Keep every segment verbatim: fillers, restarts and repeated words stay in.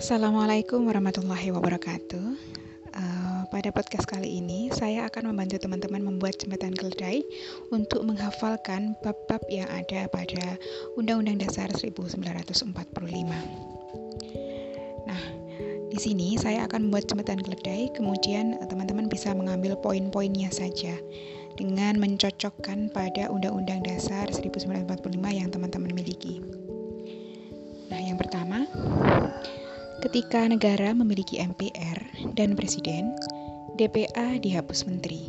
Assalamualaikum warahmatullahi wabarakatuh. Uh, pada podcast kali ini, saya akan membantu teman-teman membuat jembatan keledai untuk menghafalkan bab-bab yang ada pada Undang-Undang Dasar seribu sembilan ratus empat puluh lima. Nah, di sini saya akan membuat jembatan keledai, kemudian teman-teman bisa mengambil poin-poinnya saja dengan mencocokkan pada Undang-Undang Dasar seribu sembilan ratus empat puluh lima yang teman-teman miliki. Nah, yang pertama, ketika negara memiliki M P R dan presiden, D P A dihapus menteri.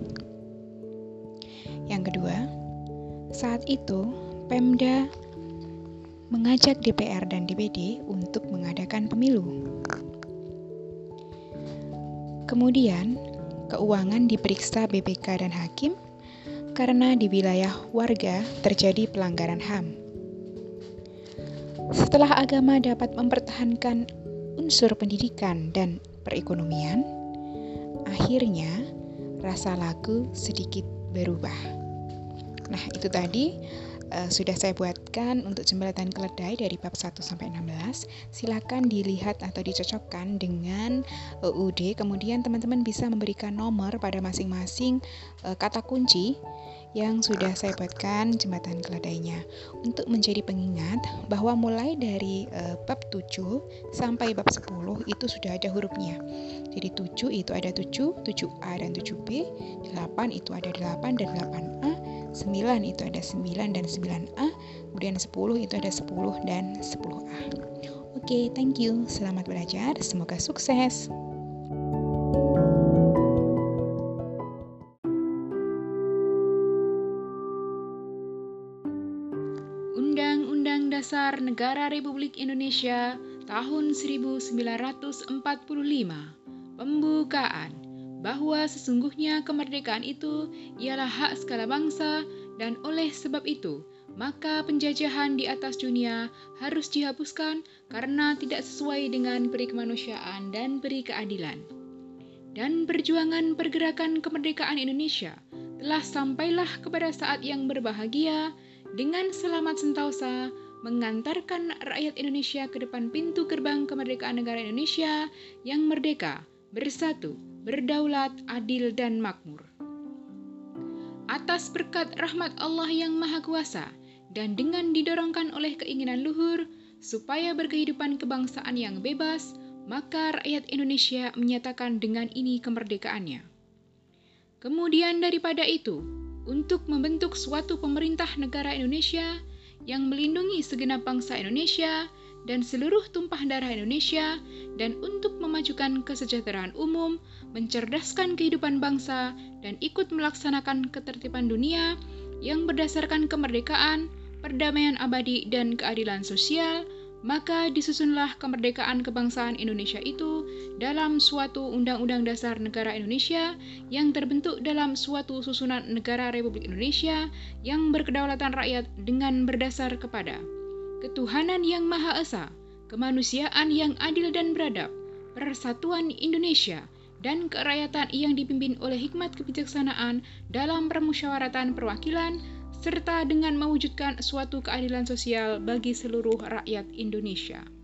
Yang kedua, saat itu Pemda mengajak D P R dan D P D untuk mengadakan pemilu. Kemudian, keuangan diperiksa B P K dan hakim karena di wilayah warga terjadi pelanggaran H A M. Setelah agama dapat mempertahankan unsur pendidikan dan perekonomian, akhirnya rasa laku sedikit berubah. Nah, itu tadi uh, sudah saya buatkan untuk jembatan keledai dari bab satu sampai enam belas. Silakan dilihat atau dicocokkan dengan U U D. Kemudian teman-teman bisa memberikan nomor pada masing-masing uh, kata kunci yang sudah saya buatkan jembatan keledainya, untuk menjadi pengingat bahwa mulai dari e, bab tujuh sampai bab sepuluh itu sudah ada hurufnya. Jadi tujuh itu ada tujuh, tujuh A dan tujuh B, delapan itu ada delapan dan delapan A, sembilan itu ada sembilan dan sembilan A, kemudian sepuluh itu ada sepuluh dan sepuluh A. Oke, thank you. Selamat belajar, semoga sukses. Undang-Undang Dasar Negara Republik Indonesia tahun seribu sembilan ratus empat puluh lima. Pembukaan bahwa sesungguhnya kemerdekaan itu ialah hak segala bangsa, dan oleh sebab itu maka penjajahan di atas dunia harus dihapuskan karena tidak sesuai dengan peri kemanusiaan dan peri keadilan. Dan perjuangan pergerakan kemerdekaan Indonesia telah sampailah kepada saat yang berbahagia, dengan selamat sentosa mengantarkan rakyat Indonesia ke depan pintu gerbang kemerdekaan negara Indonesia yang merdeka, bersatu, berdaulat, adil, dan makmur. Atas berkat rahmat Allah yang Maha Kuasa dan dengan didorongkan oleh keinginan luhur supaya berkehidupan kebangsaan yang bebas, maka rakyat Indonesia menyatakan dengan ini kemerdekaannya. Kemudian daripada itu, untuk membentuk suatu pemerintah negara Indonesia yang melindungi segenap bangsa Indonesia dan seluruh tumpah darah Indonesia, dan untuk memajukan kesejahteraan umum, mencerdaskan kehidupan bangsa, dan ikut melaksanakan ketertiban dunia yang berdasarkan kemerdekaan, perdamaian abadi, dan keadilan sosial, maka disusunlah kemerdekaan kebangsaan Indonesia itu dalam suatu Undang-Undang Dasar Negara Indonesia yang terbentuk dalam suatu susunan negara Republik Indonesia yang berkedaulatan rakyat dengan berdasar kepada ketuhanan yang Maha Esa, kemanusiaan yang adil dan beradab, persatuan Indonesia, dan kerakyatan yang dipimpin oleh hikmat kebijaksanaan dalam permusyawaratan perwakilan, serta dengan mewujudkan suatu keadilan sosial bagi seluruh rakyat Indonesia.